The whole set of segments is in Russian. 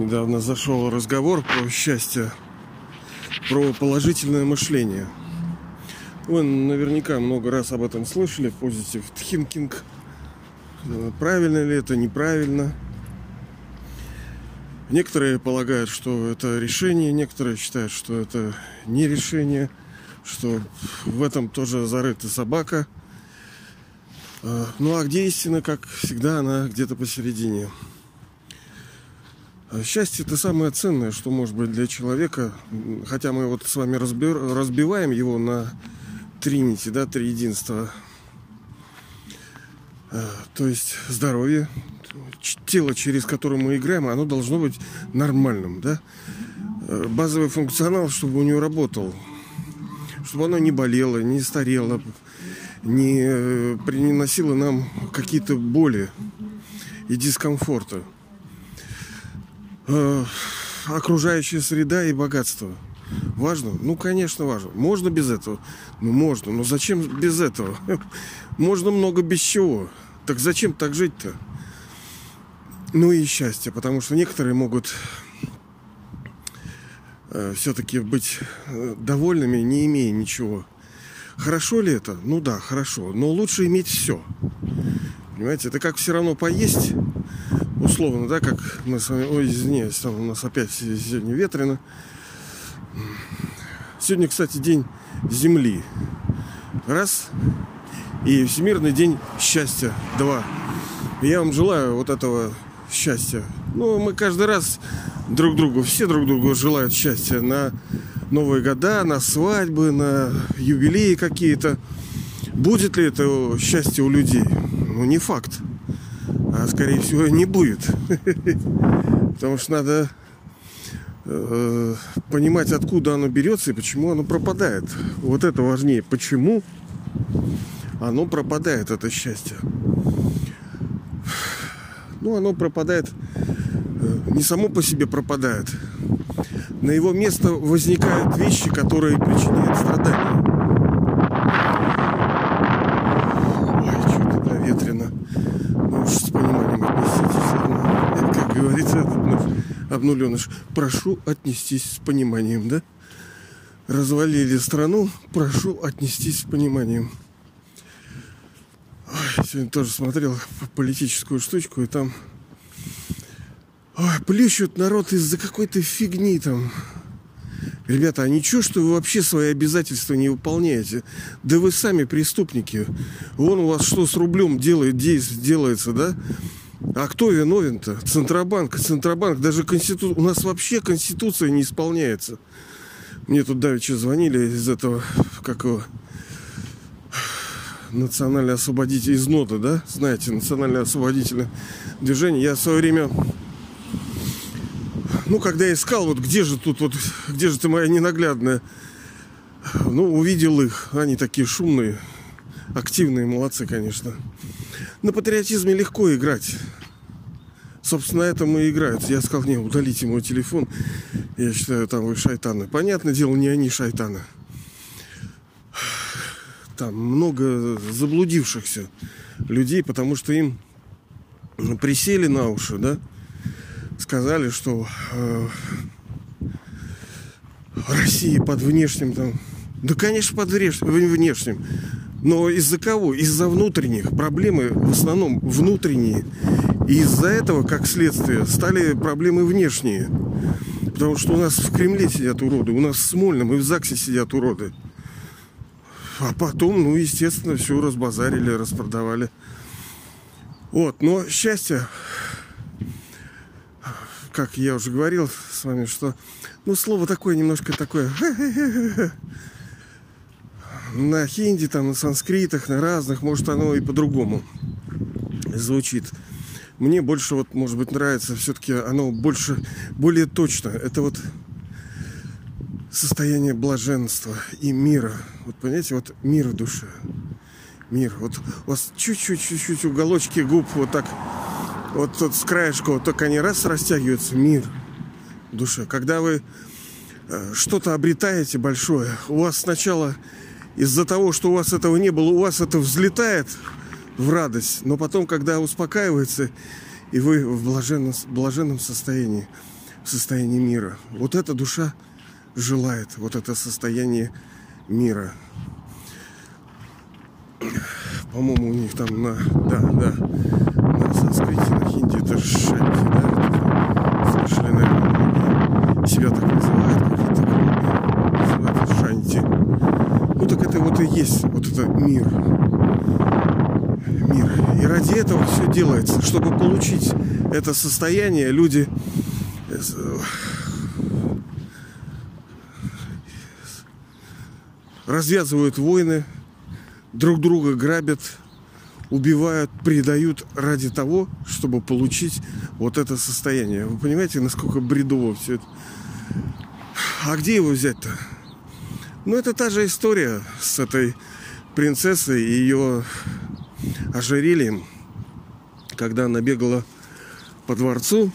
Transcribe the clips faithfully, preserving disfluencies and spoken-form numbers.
недавно зашел разговор про счастье, про положительное мышление. Вы наверняка много раз об этом слышали, positive thinking. Правильно ли это, неправильно? Некоторые полагают, что это решение, некоторые считают, что это не решение, что в этом тоже зарыта собака. Ну а где истина, как всегда, она где-то посередине. Счастье – это самое ценное, что может быть для человека. Хотя мы вот с вами разбиваем его на тринити, да, триединство. То есть здоровье, тело, через которое мы играем, оно должно быть нормальным, да? Базовый функционал, чтобы у него работал, чтобы оно не болело, не старело, не приносило нам какие-то боли и дискомфорта. Окружающая среда и богатство. Важно? Ну, конечно, важно. Можно без этого? Ну, можно. Но зачем без этого? Можно много без чего. Так зачем так жить-то? Ну и счастье. Потому что некоторые могут э, все-таки быть довольными, не имея ничего. Хорошо ли это? Ну да, хорошо. Но лучше иметь все. Понимаете? Это как все равно поесть. Условно, да, как мы с вами... Ой, извиняюсь, там у нас опять сегодня ветрено. Сегодня, кстати, день Земли. Раз. И Всемирный день счастья. Два. Я вам желаю вот этого счастья. Ну, мы каждый раз друг другу, все друг другу желают счастья на Новые года, на свадьбы, на юбилеи какие-то. Будет ли это счастье у людей? Ну, не факт. А скорее всего не будет. Потому что надо э, понимать, откуда оно берется и почему оно пропадает. Вот это важнее. Почему оно пропадает, это счастье? Ну, оно пропадает, э, не само по себе пропадает. На его место возникают вещи, которые причиняют страдания. Ой, что-то наветрено. Ну уж с пониманием отнеситесь, ладно? Как говорится этот наш обнуленыш. Прошу отнестись с пониманием, да? Развалили страну, прошу отнестись с пониманием. Ой, сегодня тоже смотрел политическую штучку, и там ой, плющут народ из-за какой-то фигни там. Ребята, а ничего, что вы вообще свои обязательства не выполняете? Да вы сами преступники. Вон у вас что с рублем делает, делается, да? А кто виновен-то? Центробанк. Центробанк, даже Конституция. У нас вообще Конституция не исполняется. Мне тут давеча звонили из этого, как его, национальное освободительное, из ноты, да? Знаете, национальное освободительное движение. Я в свое время... Ну, когда я искал, вот где же тут, вот, где же ты моя ненаглядная, ну, увидел их. Они такие шумные, активные, молодцы, конечно. На патриотизме легко играть. Собственно, на этом и играют. Я сказал, не, удалите мой телефон. Я считаю, там вы шайтаны. Понятное дело, не они шайтаны. Там много заблудившихся людей, потому что им присели на уши, да? Сказали, что э, Россия под внешним там... Да, конечно, под внешним. Но из-за кого? Из-за внутренних. Проблемы в основном внутренние. И из-за этого, как следствие, стали проблемы внешние. Потому что у нас в Кремле сидят уроды, у нас в Смольном и в ЗАГСе сидят уроды. А потом, ну, естественно, все разбазарили, распродавали. Вот, но счастье... Как я уже говорил с вами, что, ну, слово такое, немножко такое, на хинди, там, на санскритах, на разных, может, оно и по-другому звучит. Мне больше, вот, может быть, нравится, все-таки оно больше, более точно. Это вот состояние блаженства и мира. Вот, понимаете, вот мир в душе. Мир. Вот у вас чуть-чуть, чуть-чуть уголочки губ вот так... Вот тут с краешка, вот только они раз растягиваются, мир в душе. Когда вы э, что-то обретаете большое, у вас сначала из-за того, что у вас этого не было, у вас это взлетает в радость. Но потом, когда успокаивается, и вы в блаженном, блаженном состоянии, состояние мира. Вот эта душа желает вот это состояние мира. По-моему, у них там на, да, да, на санскрите, на хинди это шанти, да? Слышали, наверное, себя так называют, какие-то группы называют шанти. Ну так это вот и есть вот это мир. Мир. И ради этого все делается. Чтобы получить это состояние, люди развязывают войны, друг друга грабят, убивают, предают ради того, чтобы получить вот это состояние. Вы понимаете, насколько бредово все это? А где его взять-то? Ну, это та же история с этой принцессой и ее ожерельем, когда она бегала по дворцу,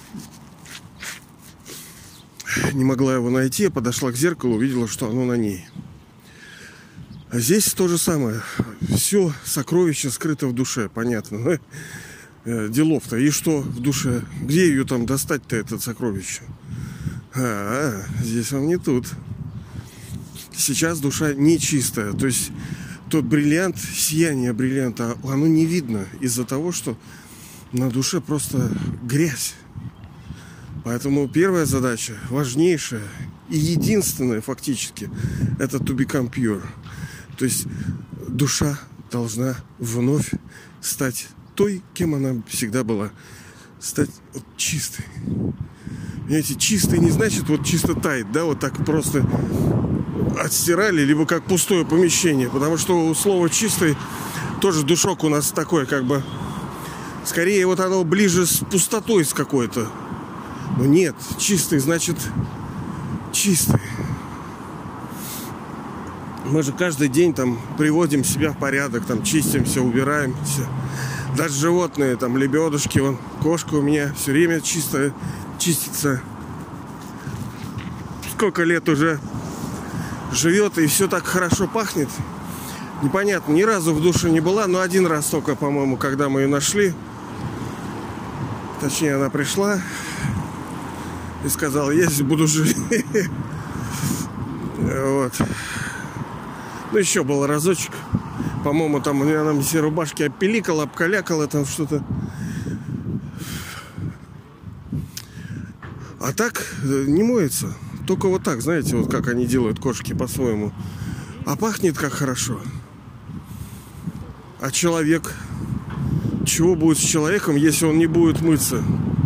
не могла его найти, подошла к зеркалу, увидела, что оно на ней. А здесь то же самое. Все сокровище скрыто в душе, понятно. Делов-то. И что в душе? Где ее там достать-то, это сокровище? А, а, здесь он не тут. Сейчас душа нечистая. То есть тот бриллиант, сияние бриллианта, оно не видно из-за того, что на душе просто грязь. Поэтому первая задача, важнейшая и единственная фактически, это to become pure. То есть душа должна вновь стать той, кем она всегда была. Стать вот чистой. Понимаете, чистой не значит вот чисто тает, да, вот так просто отстирали, либо как пустое помещение. Потому что у слова чистый тоже душок у нас такой, как бы, скорее вот оно ближе с пустотой с какой-то. Но нет, чистый значит чистый. Мы же каждый день там приводим себя в порядок, там чистимся, убираемся. Даже животные, там лебедушки, вон, кошка у меня все время чистая, чистится. Сколько лет уже живет, и все так хорошо пахнет. Непонятно, ни разу в душе не была, но один раз только, по-моему, когда мы ее нашли. Точнее, она пришла и сказала: я здесь буду жить. Вот. Ну, еще был разочек. По-моему, там она мне все рубашки опиликала, обкалякала там что-то. А так не моется. Только вот так, знаете, вот как они делают кошки по-своему. А пахнет как хорошо. А человек? Чего будет с человеком, если он не будет мыться?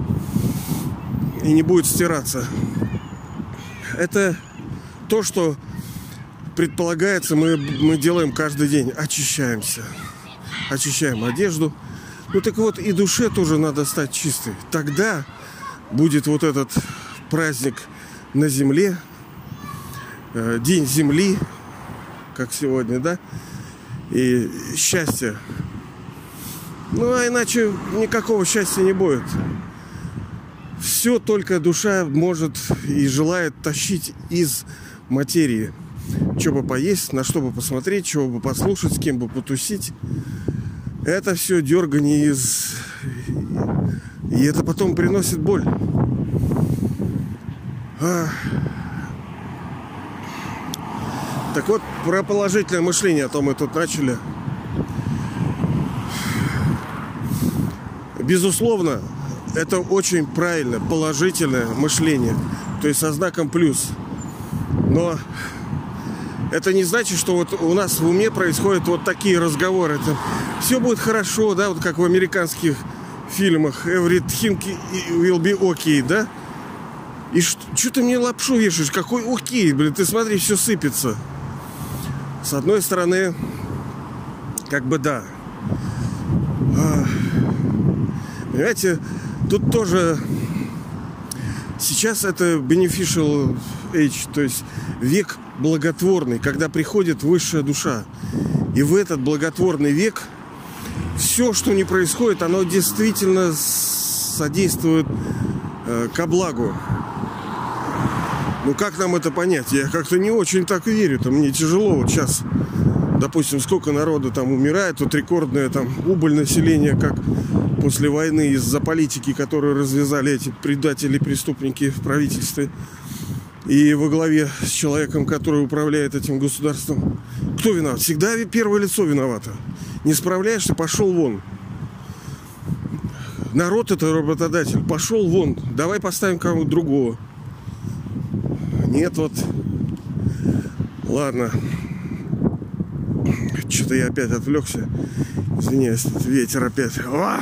И не будет стираться? Это то, что предполагается, мы, мы делаем каждый день. Очищаемся. Очищаем одежду. Ну так вот, и душе тоже надо стать чистой. Тогда будет вот этот праздник на земле. э, День земли, как сегодня, да? И счастье. Ну, а иначе никакого счастья не будет. Все только душа может и желает тащить из материи. Что бы поесть, на что бы посмотреть, чего бы послушать, с кем бы потусить. Это все дергание из... И это потом приносит боль. А... Так вот, про положительное мышление, а то мы тут начали. Безусловно, это очень правильно, положительное мышление. То есть со знаком плюс. Но это не значит, что вот у нас в уме происходят вот такие разговоры. Там, все будет хорошо, да, вот как в американских фильмах. Everything will be okay, да? И что ты мне лапшу вешаешь? Какой окей, блин, ты смотри, все сыпется. С одной стороны, как бы да. Понимаете, тут тоже сейчас это beneficial age, то есть век благотворный, когда приходит высшая душа. И в этот благотворный век все, что не происходит, оно действительно содействует э, ко благу. Ну как нам это понять? Я как-то не очень так верю. Там мне тяжело. Вот сейчас, допустим, сколько народу там умирает, вот рекордная там убыль населения, как после войны из-за политики, которую развязали эти предатели, преступники в правительстве, и во главе с человеком, который управляет этим государством. Кто виноват? Всегда первое лицо виновато. Не справляешься, пошел вон. Народ — это работодатель. Пошел вон. Давай поставим кого-то другого. Нет, вот. Ладно. Что-то я опять отвлекся. Извиняюсь, ветер опять. О!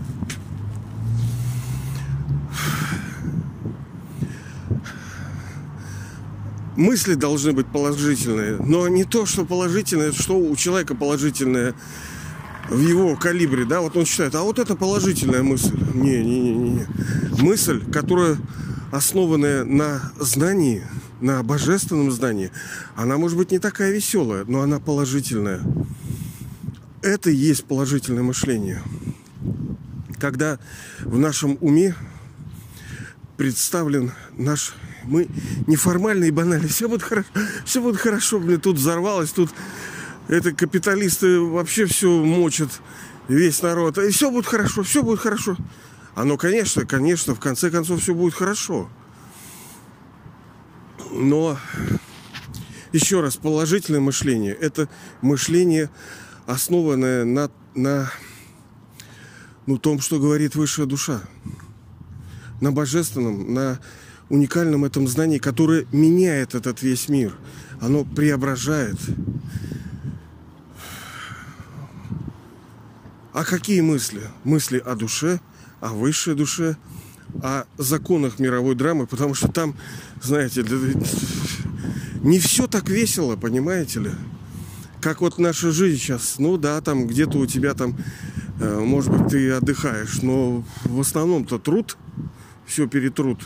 Мысли должны быть положительные, но не то, что положительное, что у человека положительное в его калибре, да, вот он считает, а вот это положительная мысль. Не, не, не, не. Мысль, которая основанная на знании, на божественном знании, она может быть не такая веселая, но она положительная. Это и есть положительное мышление. Когда в нашем уме представлен наш... Мы неформальные и банальные. Все будет хорошо. Все будет хорошо. Блин, тут взорвалось. Тут это капиталисты вообще все мочат. Весь народ. И все будет хорошо. Все будет хорошо. Оно, конечно, конечно, в конце концов все будет хорошо. Но еще раз, положительное мышление. Это мышление, основанное на, на ну, том, что говорит высшая душа. На божественном, на уникальном этом знании, которое меняет этот весь мир. Оно преображает. А какие мысли? Мысли о душе, о высшей душе, о законах мировой драмы, потому что там, знаете, не все так весело, понимаете ли? Как вот наша жизнь сейчас. Ну да, там где-то у тебя там, может быть, ты отдыхаешь, но в основном-то труд, все перетрут.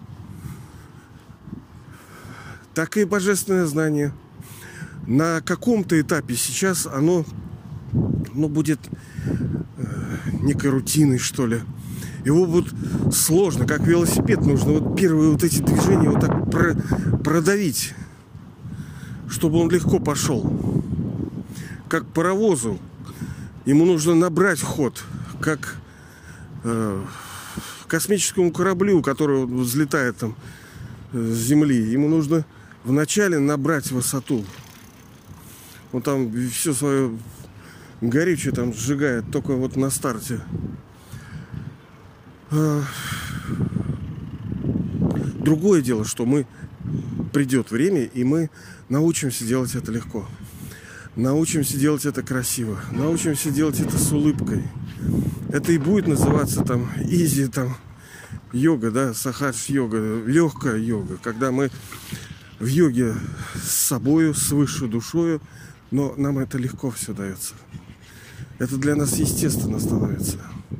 Так и божественное знание. На каком-то этапе сейчас оно, ну, будет э, некой рутиной, что ли. Его будет сложно, как велосипед. Нужно вот первые вот эти движения вот так про, продавить, чтобы он легко пошел. Как паровозу. Ему нужно набрать ход. Как э, космическому кораблю, который взлетает там с Земли. Ему нужно вначале набрать высоту. Он там все свое горючее там сжигает только вот на старте. Другое дело, что мы придет время, и мы научимся делать это легко. Научимся делать это красиво. Научимся делать это с улыбкой. Это и будет называться там изи, там йога, да, сахадж-йога, легкая йога, когда мы в йоге с собою, с высшей душою, но нам это легко все дается. Это для нас естественно становится.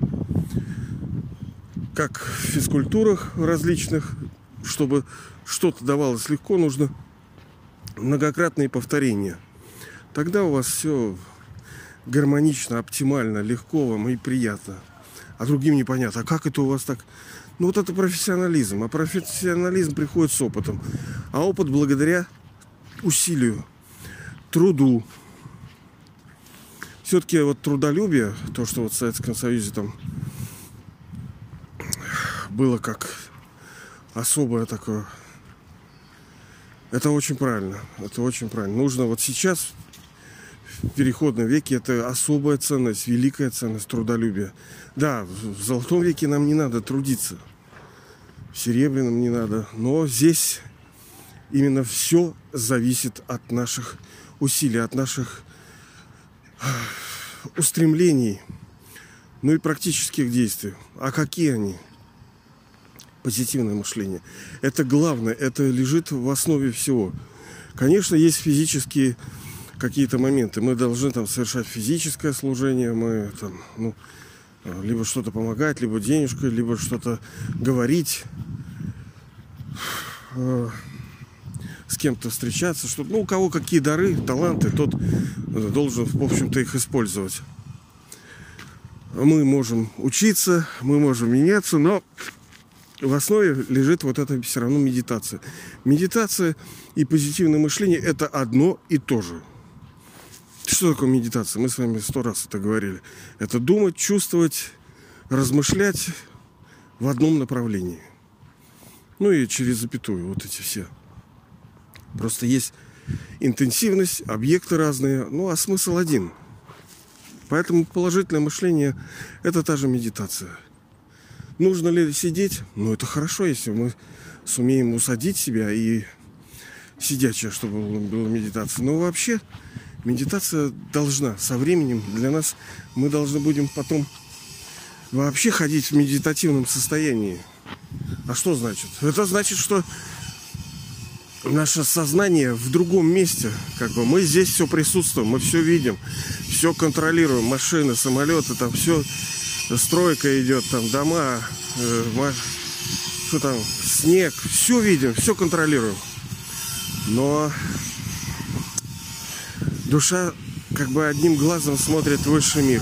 Как в физкультурах различных, чтобы что-то давалось легко, нужно многократные повторения. Тогда у вас все гармонично, оптимально, легко вам и приятно. А другим непонятно, а как это у вас так? Ну вот это профессионализм. А профессионализм приходит с опытом. А опыт благодаря усилию, труду. Все-таки вот трудолюбие, то, что вот в Советском Союзе там было как особое такое, это очень правильно. Это очень правильно. Нужно вот сейчас, в переходном веке, это особая ценность, великая ценность трудолюбия. Да, в золотом веке нам не надо трудиться. В серебряном не надо. Но здесь именно все зависит от наших усилий, от наших устремлений, ну и практических действий. А какие они? Позитивное мышление. Это главное, это лежит в основе всего. Конечно, есть физические какие-то моменты. Мы должны там совершать физическое служение, мы там, ну, либо что-то помогать, либо денежкой, либо что-то говорить, э, с кем-то встречаться, что, ну, у кого какие дары, таланты, тот должен, в общем-то, их использовать. Мы можем учиться, мы можем меняться, но в основе лежит вот эта все равно медитация. Медитация и позитивное мышление – это одно и то же. Что такое медитация? Мы с вами сто раз это говорили. Это думать, чувствовать, размышлять в одном направлении. Ну и через запятую вот эти все. Просто есть интенсивность, объекты разные, ну а смысл один. Поэтому положительное мышление – это та же медитация. Нужно ли сидеть? Ну это хорошо, если мы сумеем усадить себя и сидячая, чтобы была медитация. Но вообще медитация должна со временем для нас, мы должны будем потом вообще ходить в медитативном состоянии. А что значит? Это значит, что наше сознание в другом месте. Как бы мы здесь все присутствуем, мы все видим, все контролируем. Машины, самолеты, там все, стройка идет, там дома, э, что там, снег. Все видим, все контролируем. Но душа как бы одним глазом смотрит в высший мир.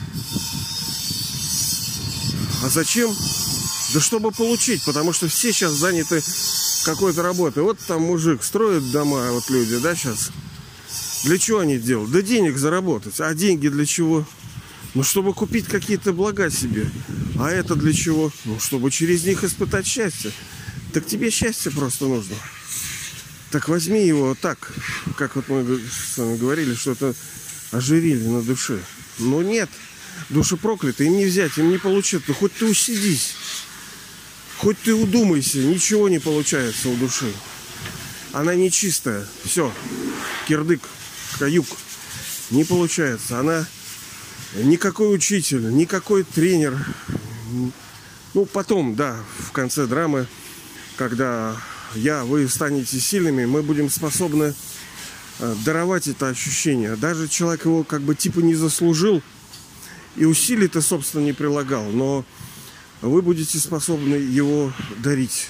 А зачем? Да чтобы получить, потому что все сейчас заняты какой-то работой. Вот там мужик строит дома, вот люди, да, сейчас. Для чего они делают? Да денег заработать. А деньги для чего? Ну, чтобы купить какие-то блага себе. А это для чего? Ну, чтобы через них испытать счастье. Так тебе счастье просто нужно. Так возьми его так, как вот мы с вами говорили, что это ожирили на душе. Но нет. Души прокляты, им не взять, им не получить. Ну, хоть ты усидись. Хоть ты удумайся, ничего не получается у души. Она нечистая. Все. Кирдык, каюк. Не получается. Она никакой учитель, никакой тренер. Ну, потом, да, в конце драмы, когда я, вы станете сильными, мы будем способны даровать это ощущение. Даже человек его как бы типа не заслужил и усилий-то, собственно, не прилагал, но вы будете способны его дарить,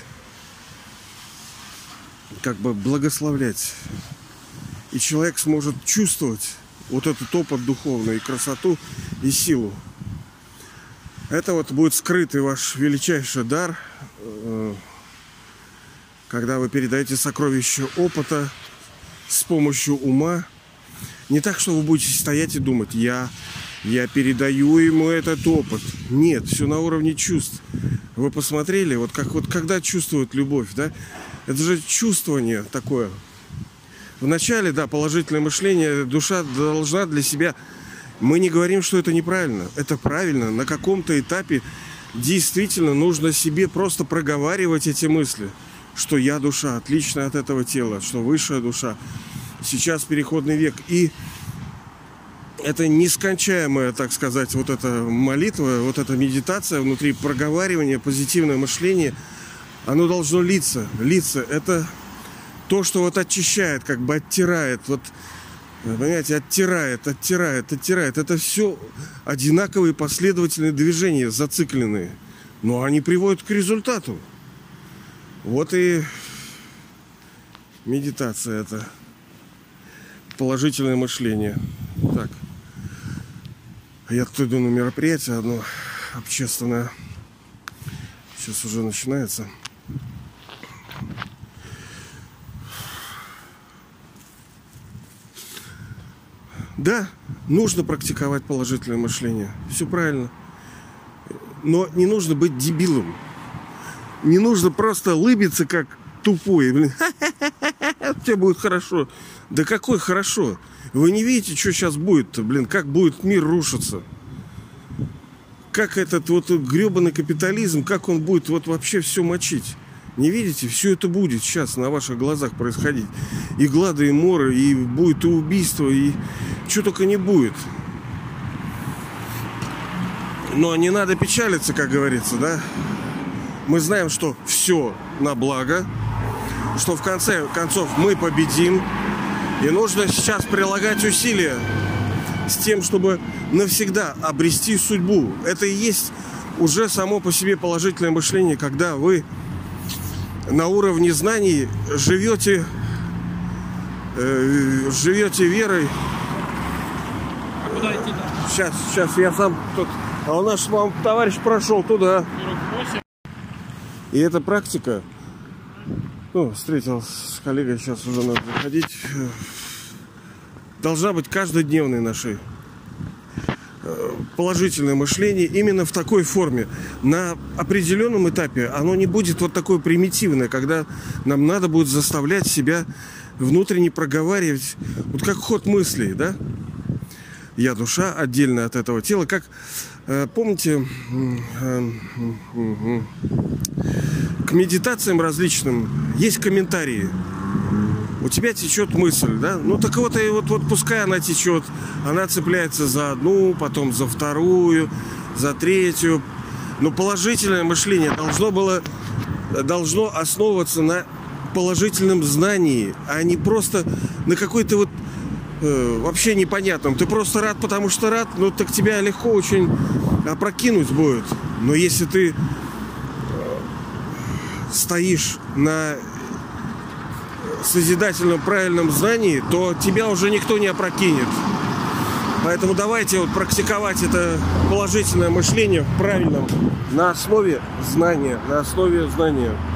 как бы благословлять. И человек сможет чувствовать вот этот опыт духовный, красоту и силу. Это вот будет скрытый ваш величайший дар, когда вы передаете сокровище опыта с помощью ума. Не так, что вы будете стоять и думать: я... Я передаю ему этот опыт. Нет, все на уровне чувств. Вы посмотрели, вот как вот когда чувствуют любовь, да? Это же чувствование такое. Вначале, да, положительное мышление, душа должна для себя. Мы не говорим, что это неправильно. Это правильно. На каком-то этапе действительно нужно себе просто проговаривать эти мысли, что я душа, отличная от этого тела, что высшая душа. Сейчас переходный век. И это нескончаемая, так сказать, вот эта молитва, вот эта медитация внутри, проговаривания, позитивное мышление, оно должно литься. Литься. Это то, что вот очищает, как бы оттирает. Вот, понимаете, оттирает, оттирает, оттирает. Это все одинаковые последовательные движения, зацикленные. Но они приводят к результату. Вот и медитация это. Положительное мышление. Так. Я тут иду на мероприятие одно общественное. Сейчас уже начинается. Да, нужно практиковать положительное мышление. Все правильно. Но не нужно быть дебилом. Не нужно просто лыбиться как тупой. Блин, тебе будет хорошо. Да какой хорошо? Вы не видите, что сейчас будет-то, блин, как будет мир рушиться? Как этот вот гребаный капитализм, как он будет вот вообще все мочить? Не видите? Все это будет сейчас на ваших глазах происходить. И глады, и моры, и будет и убийство, и что только не будет. Но не надо печалиться, как говорится, да? Мы знаем, что все на благо, что в конце концов мы победим. И нужно сейчас прилагать усилия с тем, чтобы навсегда обрести судьбу. Это и есть уже само по себе положительное мышление, когда вы на уровне знаний живете, э, живете верой. А куда идти-то? Сейчас, сейчас я сам тут. А у нас вам товарищ прошел туда. И эта практика. Ну, встретил с коллегой, сейчас уже надо заходить. Должна быть каждодневной нашей положительное мышление именно в такой форме. На определенном этапе оно не будет вот такое примитивное, когда нам надо будет заставлять себя внутренне проговаривать, вот как ход мыслей, да? Я душа отдельно от этого тела. Как, помните, к медитациям различным есть комментарии. У тебя течет мысль, да? Ну так вот, и вот, вот пускай она течет. Она цепляется за одну, потом за вторую, за третью. Но положительное мышление должно было, должно основываться на положительном знании, а не просто на какой-то вот э, вообще непонятном. Ты просто рад, потому что рад, ну так тебя легко очень опрокинуть будет. Но если ты э, стоишь на созидательном правильном знании, то тебя уже никто не опрокинет. Поэтому давайте вот практиковать это положительное мышление в правильном, на основе знания, на основе знания.